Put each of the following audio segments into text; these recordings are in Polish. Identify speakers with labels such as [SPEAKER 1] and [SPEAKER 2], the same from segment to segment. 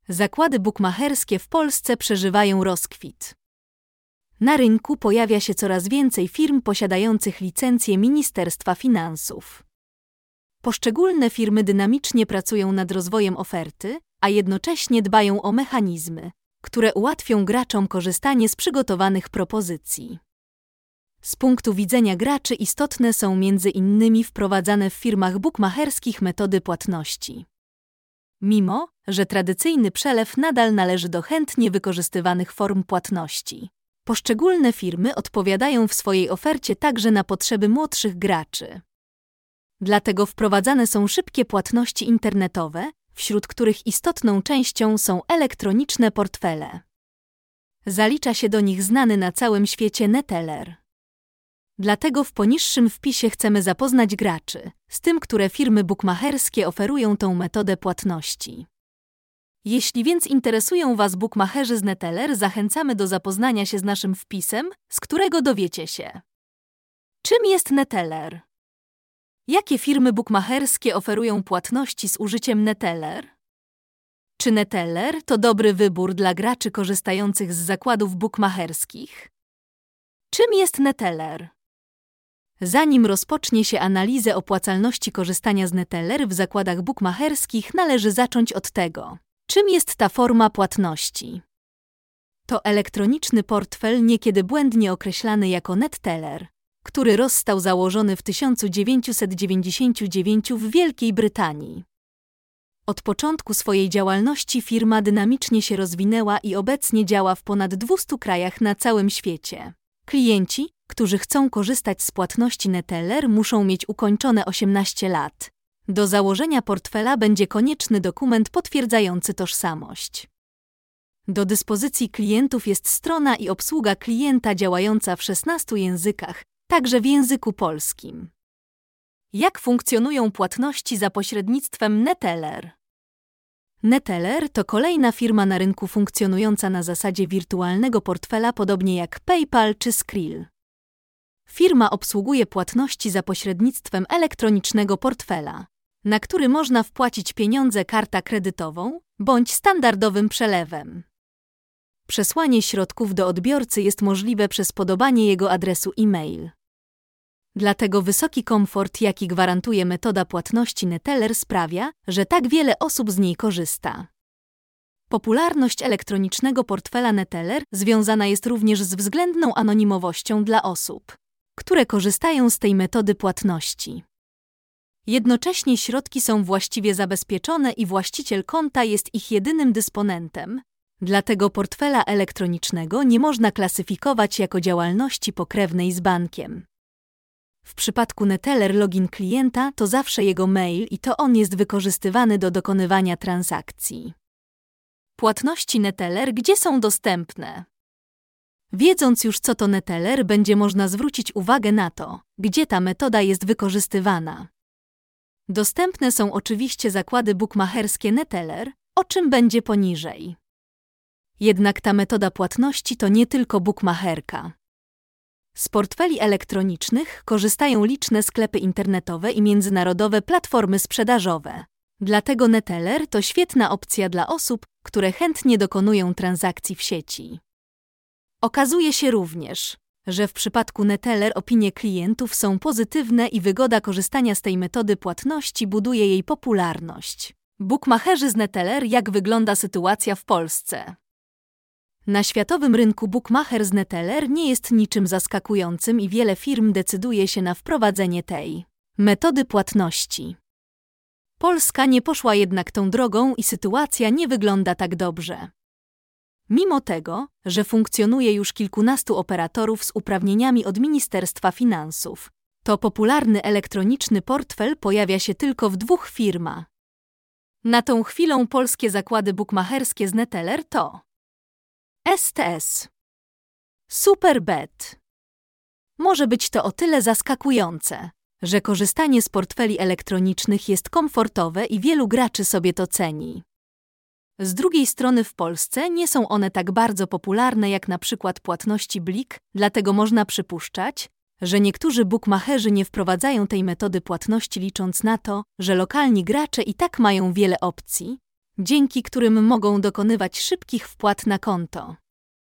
[SPEAKER 1] Zakłady bukmacherskie w Polsce przeżywają rozkwit. Na rynku pojawia się coraz więcej firm posiadających licencję Ministerstwa Finansów. Poszczególne firmy dynamicznie pracują nad rozwojem oferty, a jednocześnie dbają o mechanizmy, które ułatwią graczom korzystanie z przygotowanych propozycji. Z punktu widzenia graczy istotne są między innymi wprowadzane w firmach bukmacherskich metody płatności. Mimo że tradycyjny przelew nadal należy do chętnie wykorzystywanych form płatności, poszczególne firmy odpowiadają w swojej ofercie także na potrzeby młodszych graczy. Dlatego wprowadzane są szybkie płatności internetowe, wśród których istotną częścią są elektroniczne portfele. Zalicza się do nich znany na całym świecie Neteller. Dlatego w poniższym wpisie chcemy zapoznać graczy z tym, które firmy bukmacherskie oferują tą metodę płatności. Jeśli więc interesują Was bukmacherzy z Neteller, zachęcamy do zapoznania się z naszym wpisem, z którego dowiecie się: czym jest Neteller? Jakie firmy bukmacherskie oferują płatności z użyciem Neteller? Czy Neteller to dobry wybór dla graczy korzystających z zakładów bukmacherskich? Czym jest Neteller? Zanim rozpocznie się analizę opłacalności korzystania z Neteller w zakładach bukmacherskich, należy zacząć od tego, czym jest ta forma płatności. To elektroniczny portfel, niekiedy błędnie określany jako Neteller, który został założony w 1999 w Wielkiej Brytanii. Od początku swojej działalności firma dynamicznie się rozwinęła i obecnie działa w ponad 200 krajach na całym świecie. Klienci, którzy chcą korzystać z płatności Neteller, muszą mieć ukończone 18 lat. Do założenia portfela będzie konieczny dokument potwierdzający tożsamość. Do dyspozycji klientów jest strona i obsługa klienta działająca w 16 językach, także w języku polskim. Jak funkcjonują płatności za pośrednictwem Neteller? Neteller to kolejna firma na rynku funkcjonująca na zasadzie wirtualnego portfela, podobnie jak PayPal czy Skrill. Firma obsługuje płatności za pośrednictwem elektronicznego portfela, na który można wpłacić pieniądze kartą kredytową bądź standardowym przelewem. Przesłanie środków do odbiorcy jest możliwe przez podanie jego adresu e-mail. Dlatego wysoki komfort, jaki gwarantuje metoda płatności Neteller, sprawia, że tak wiele osób z niej korzysta. Popularność elektronicznego portfela Neteller związana jest również z względną anonimowością dla osób, które korzystają z tej metody płatności. Jednocześnie środki są właściwie zabezpieczone i właściciel konta jest ich jedynym dysponentem, dlatego portfela elektronicznego nie można klasyfikować jako działalności pokrewnej z bankiem. W przypadku Neteller login klienta to zawsze jego mail i to on jest wykorzystywany do dokonywania transakcji. Płatności Neteller gdzie są dostępne? Wiedząc już, co to Neteller, będzie można zwrócić uwagę na to, gdzie ta metoda jest wykorzystywana. Dostępne są oczywiście zakłady bukmacherskie Neteller, o czym będzie poniżej. Jednak ta metoda płatności to nie tylko bukmacherka. Z portfeli elektronicznych korzystają liczne sklepy internetowe i międzynarodowe platformy sprzedażowe. Dlatego Neteller to świetna opcja dla osób, które chętnie dokonują transakcji w sieci. Okazuje się również, że w przypadku Neteller opinie klientów są pozytywne i wygoda korzystania z tej metody płatności buduje jej popularność. Bukmacherzy z Neteller. Jak wygląda sytuacja w Polsce? Na światowym rynku bukmacher z Neteller nie jest niczym zaskakującym i wiele firm decyduje się na wprowadzenie tej metody płatności. Polska nie poszła jednak tą drogą i sytuacja nie wygląda tak dobrze. Mimo tego, że funkcjonuje już kilkunastu operatorów z uprawnieniami od Ministerstwa Finansów, to popularny elektroniczny portfel pojawia się tylko w 2 firmach. Na tą chwilę polskie zakłady bukmacherskie z Neteller to STS, Superbet. Może być to o tyle zaskakujące, że korzystanie z portfeli elektronicznych jest komfortowe i wielu graczy sobie to ceni. Z drugiej strony w Polsce nie są one tak bardzo popularne jak na przykład płatności Blik, dlatego można przypuszczać, że niektórzy bukmacherzy nie wprowadzają tej metody płatności, licząc na to, że lokalni gracze i tak mają wiele opcji, dzięki którym mogą dokonywać szybkich wpłat na konto.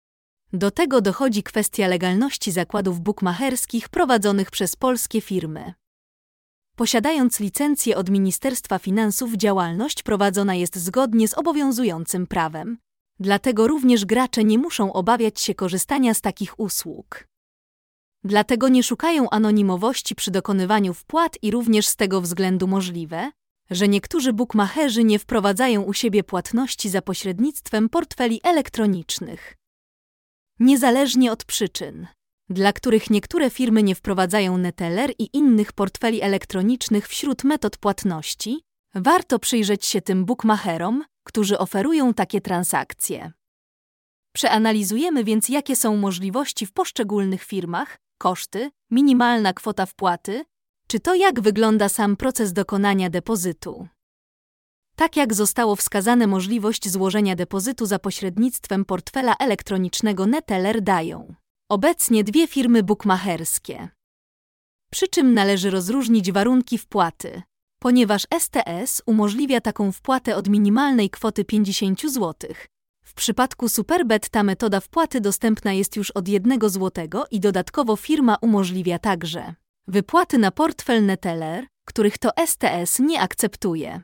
[SPEAKER 1] Do tego dochodzi kwestia legalności zakładów bukmacherskich prowadzonych przez polskie firmy. Posiadając licencję od Ministerstwa Finansów, działalność prowadzona jest zgodnie z obowiązującym prawem, dlatego również gracze nie muszą obawiać się korzystania z takich usług. Dlatego nie szukają anonimowości przy dokonywaniu wpłat i również z tego względu możliwe, że niektórzy bukmacherzy nie wprowadzają u siebie płatności za pośrednictwem portfeli elektronicznych. Niezależnie od przyczyn, dla których niektóre firmy nie wprowadzają Neteller i innych portfeli elektronicznych wśród metod płatności, warto przyjrzeć się tym bukmacherom, którzy oferują takie transakcje. Przeanalizujemy więc, jakie są możliwości w poszczególnych firmach, koszty, minimalna kwota wpłaty, czy to jak wygląda sam proces dokonania depozytu. Tak jak zostało wskazane, możliwość złożenia depozytu za pośrednictwem portfela elektronicznego Neteller dają obecnie dwie firmy bukmacherskie. Przy czym należy rozróżnić warunki wpłaty, ponieważ STS umożliwia taką wpłatę od minimalnej kwoty 50 zł. W przypadku Superbet ta metoda wpłaty dostępna jest już od 1 zł i dodatkowo firma umożliwia także wypłaty na portfel Neteller, których to STS nie akceptuje.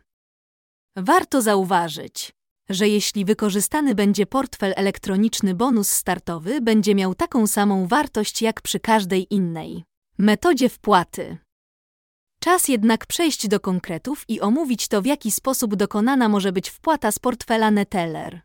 [SPEAKER 1] Warto zauważyć, że jeśli wykorzystany będzie portfel elektroniczny, bonus startowy będzie miał taką samą wartość jak przy każdej innej metodzie wpłaty. Czas jednak przejść do konkretów i omówić to, w jaki sposób dokonana może być wpłata z portfela Neteller.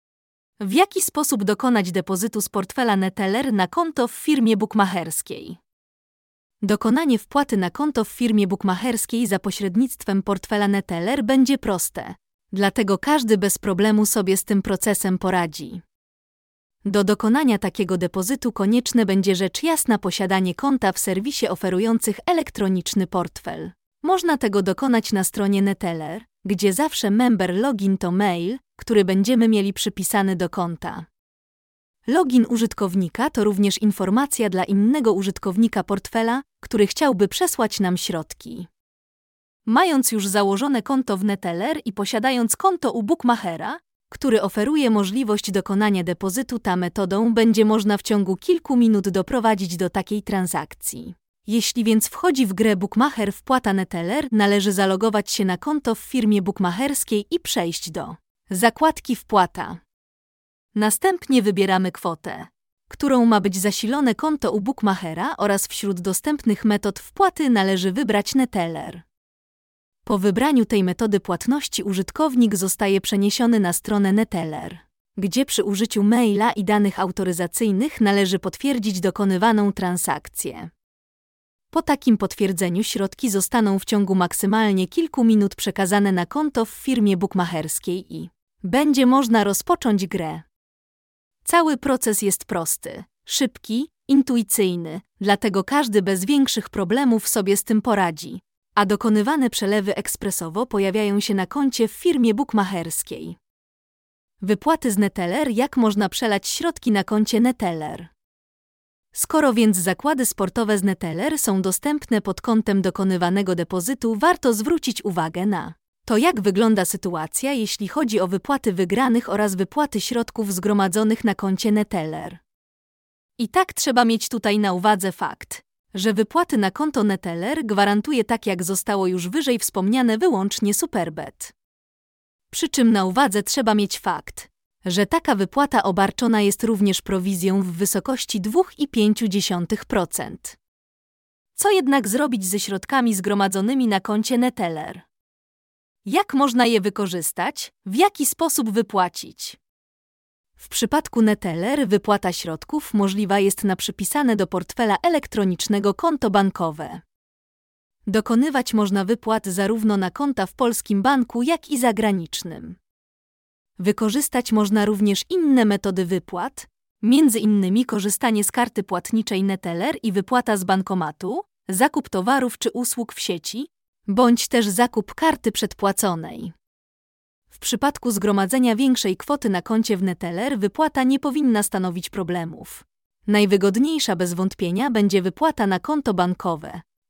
[SPEAKER 1] W jaki sposób dokonać depozytu z portfela Neteller na konto w firmie bukmacherskiej? Dokonanie wpłaty na konto w firmie bukmacherskiej za pośrednictwem portfela Neteller będzie proste, dlatego każdy bez problemu sobie z tym procesem poradzi. Do dokonania takiego depozytu konieczne będzie rzecz jasna posiadanie konta w serwisie oferujących elektroniczny portfel. Można tego dokonać na stronie Neteller, gdzie zawsze member login to mail, który będziemy mieli przypisany do konta. Login użytkownika to również informacja dla innego użytkownika portfela, który chciałby przesłać nam środki. Mając już założone konto w Neteller i posiadając konto u bukmachera, który oferuje możliwość dokonania depozytu, ta metodą będzie można w ciągu kilku minut doprowadzić do takiej transakcji. Jeśli więc wchodzi w grę bukmacher wpłata Neteller, należy zalogować się na konto w firmie bukmacherskiej i przejść do zakładki wpłata. Następnie wybieramy kwotę, którą ma być zasilone konto u bukmachera oraz wśród dostępnych metod wpłaty należy wybrać Neteller. Po wybraniu tej metody płatności użytkownik zostaje przeniesiony na stronę Neteller, gdzie przy użyciu maila i danych autoryzacyjnych należy potwierdzić dokonywaną transakcję. Po takim potwierdzeniu środki zostaną w ciągu maksymalnie kilku minut przekazane na konto w firmie bukmacherskiej i będzie można rozpocząć grę. Cały proces jest prosty, szybki, intuicyjny, dlatego każdy bez większych problemów sobie z tym poradzi, a dokonywane przelewy ekspresowo pojawiają się na koncie w firmie bukmacherskiej. Wypłaty z Neteller. Jak można przelać środki na koncie Neteller? Skoro więc zakłady sportowe z Neteller są dostępne pod kątem dokonywanego depozytu, warto zwrócić uwagę na to, jak wygląda sytuacja, jeśli chodzi o wypłaty wygranych oraz wypłaty środków zgromadzonych na koncie Neteller. I tak trzeba mieć tutaj na uwadze fakt, że wypłaty na konto Neteller gwarantuje, tak jak zostało już wyżej wspomniane, wyłącznie Superbet. Przy czym na uwadze trzeba mieć fakt, że taka wypłata obarczona jest również prowizją w wysokości 2,5%. Co jednak zrobić ze środkami zgromadzonymi na koncie Neteller? Jak można je wykorzystać? W jaki sposób wypłacić? W przypadku Neteller wypłata środków możliwa jest na przypisane do portfela elektronicznego konto bankowe. Dokonywać można wypłat zarówno na konta w polskim banku, jak i zagranicznym. Wykorzystać można również inne metody wypłat, m.in. korzystanie z karty płatniczej Neteller i wypłata z bankomatu, zakup towarów czy usług w sieci, bądź też zakup karty przedpłaconej. W przypadku zgromadzenia większej kwoty na koncie w Neteller wypłata nie powinna stanowić problemów. Najwygodniejsza bez wątpienia będzie wypłata na konto bankowe,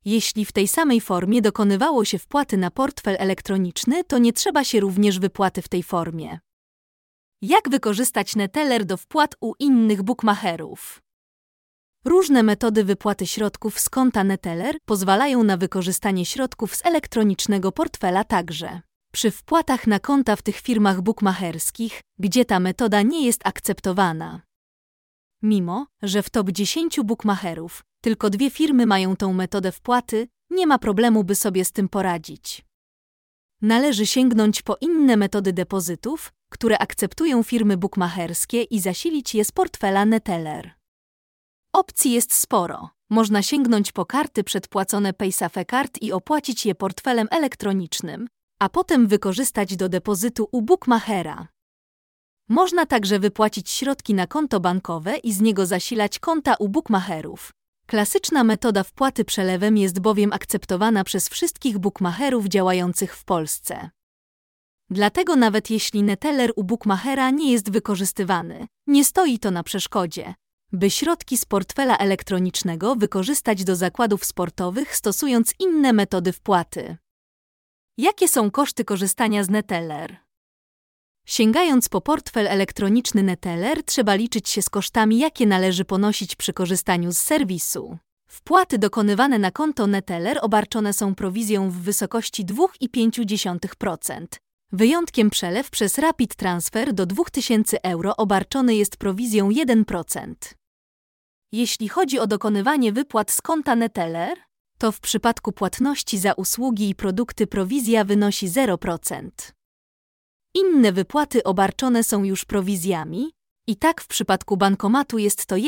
[SPEAKER 1] Jeśli w tej samej formie dokonywało się wpłaty na portfel elektroniczny, to nie trzeba się również wypłaty w tej formie. Jak wykorzystać Neteller do wpłat u innych bookmacherów? Różne metody wypłaty środków z konta Neteller pozwalają na wykorzystanie środków z elektronicznego portfela także przy wpłatach na konta w tych firmach bookmacherskich, gdzie ta metoda nie jest akceptowana. Mimo że w top 10 bookmacherów tylko 2 firmy mają tą metodę wpłaty, nie ma problemu, by sobie z tym poradzić. Należy sięgnąć po inne metody depozytów, które akceptują firmy bookmacherskie i zasilić je z portfela Neteller. Opcji jest sporo. Można sięgnąć po karty przedpłacone PaySafeCard i opłacić je portfelem elektronicznym, a potem wykorzystać do depozytu u bookmachera. Można także wypłacić środki na konto bankowe i z niego zasilać konta u bookmacherów. Klasyczna metoda wpłaty przelewem jest bowiem akceptowana przez wszystkich bookmacherów działających w Polsce. Dlatego nawet jeśli Neteller u bookmachera nie jest wykorzystywany, nie stoi to na przeszkodzie, by środki z portfela elektronicznego wykorzystać do zakładów sportowych, stosując inne metody wpłaty. Jakie są koszty korzystania z Neteller? Sięgając po portfel elektroniczny Neteller, trzeba liczyć się z kosztami, jakie należy ponosić przy korzystaniu z serwisu. Wpłaty dokonywane na konto Neteller obarczone są prowizją w wysokości 2,5%. Wyjątkiem przelew przez Rapid Transfer do 2000 euro obarczony jest prowizją 1%. Jeśli chodzi o dokonywanie wypłat z konta Neteller, to w przypadku płatności za usługi i produkty prowizja wynosi 0%. Inne wypłaty obarczone są już prowizjami, i tak w przypadku bankomatu jest to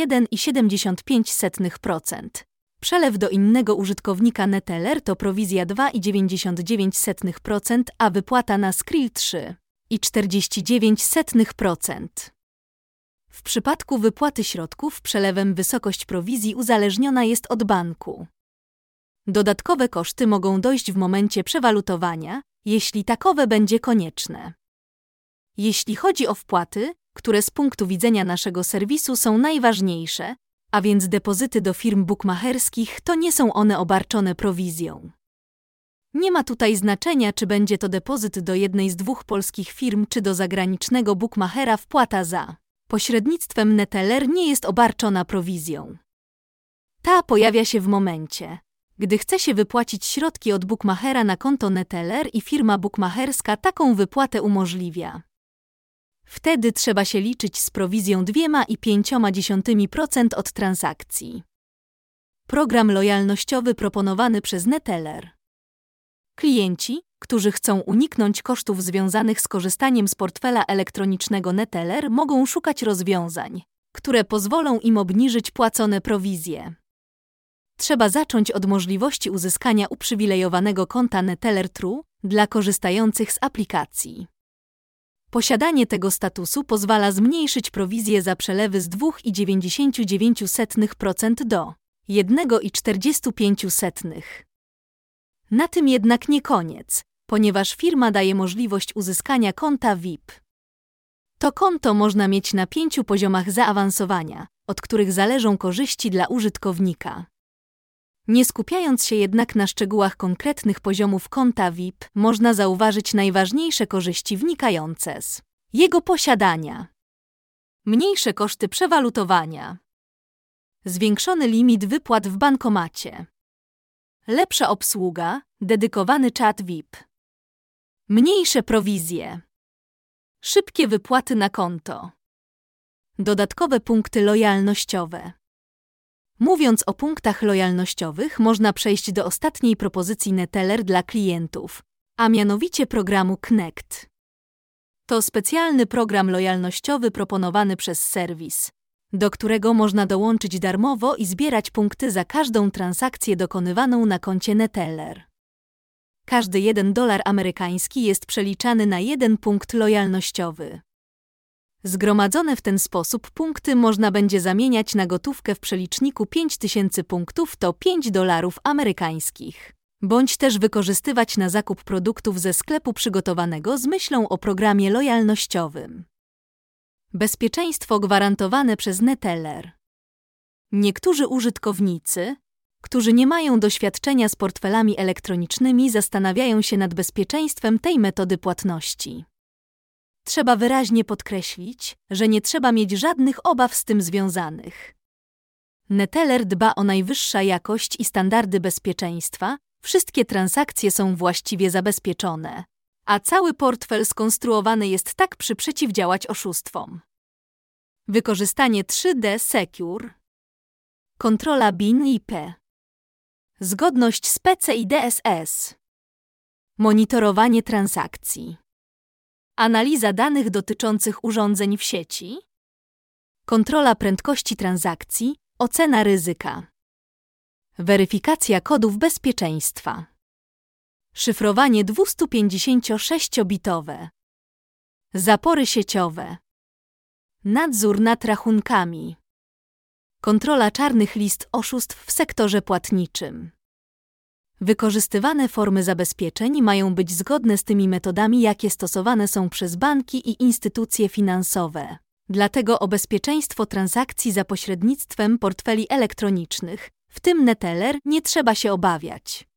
[SPEAKER 1] 1,75%. Przelew do innego użytkownika Neteller to prowizja 2,99%, a wypłata na Skrill 3,49%. W przypadku wypłaty środków przelewem wysokość prowizji uzależniona jest od banku. Dodatkowe koszty mogą dojść w momencie przewalutowania, jeśli takowe będzie konieczne. Jeśli chodzi o wpłaty, które z punktu widzenia naszego serwisu są najważniejsze, a więc depozyty do firm bookmacherskich, to nie są one obarczone prowizją. Nie ma tutaj znaczenia, czy będzie to depozyt do jednej z 2 polskich firm, czy do zagranicznego bookmachera. Wpłata za pośrednictwem Neteller nie jest obarczona prowizją. Ta pojawia się w momencie, gdy chce się wypłacić środki od bookmachera na konto Neteller i firma bookmacherska taką wypłatę umożliwia. Wtedy trzeba się liczyć z prowizją 2,5% od transakcji. Program lojalnościowy proponowany przez Neteller. Klienci, którzy chcą uniknąć kosztów związanych z korzystaniem z portfela elektronicznego Neteller, mogą szukać rozwiązań, które pozwolą im obniżyć płacone prowizje. Trzeba zacząć od możliwości uzyskania uprzywilejowanego konta Neteller True dla korzystających z aplikacji. Posiadanie tego statusu pozwala zmniejszyć prowizję za przelewy z 2,99% do 1,45%. Na tym jednak nie koniec, ponieważ firma daje możliwość uzyskania konta VIP. To konto można mieć na 5 poziomach zaawansowania, od których zależą korzyści dla użytkownika. Nie skupiając się jednak na szczegółach konkretnych poziomów konta VIP, można zauważyć najważniejsze korzyści wynikające z jego posiadania. Mniejsze koszty przewalutowania. Zwiększony limit wypłat w bankomacie. Lepsza obsługa, dedykowany czat VIP. Mniejsze prowizje. Szybkie wypłaty na konto. Dodatkowe punkty lojalnościowe. Mówiąc o punktach lojalnościowych, można przejść do ostatniej propozycji Neteller dla klientów, a mianowicie programu Connect. To specjalny program lojalnościowy proponowany przez serwis, do którego można dołączyć darmowo i zbierać punkty za każdą transakcję dokonywaną na koncie Neteller. Każdy $1 amerykański jest przeliczany na 1 punkt lojalnościowy. Zgromadzone w ten sposób punkty można będzie zamieniać na gotówkę w przeliczniku 5000 punktów to $5 amerykańskich, bądź też wykorzystywać na zakup produktów ze sklepu przygotowanego z myślą o programie lojalnościowym. Bezpieczeństwo gwarantowane przez Neteller. Niektórzy użytkownicy, którzy nie mają doświadczenia z portfelami elektronicznymi, zastanawiają się nad bezpieczeństwem tej metody płatności. Trzeba wyraźnie podkreślić, że nie trzeba mieć żadnych obaw z tym związanych. Neteller dba o najwyższa jakość i standardy bezpieczeństwa, wszystkie transakcje są właściwie zabezpieczone, a cały portfel skonstruowany jest tak, by przeciwdziałać oszustwom. Wykorzystanie 3D Secure, kontrola BIN IP, zgodność z PCI DSS, monitorowanie transakcji, analiza danych dotyczących urządzeń w sieci, kontrola prędkości transakcji, ocena ryzyka, weryfikacja kodów bezpieczeństwa, szyfrowanie 256-bitowe, zapory sieciowe, nadzór nad rachunkami, kontrola czarnych list oszustw w sektorze płatniczym. Wykorzystywane formy zabezpieczeń mają być zgodne z tymi metodami, jakie stosowane są przez banki i instytucje finansowe. Dlatego o bezpieczeństwo transakcji za pośrednictwem portfeli elektronicznych, w tym Neteller, nie trzeba się obawiać.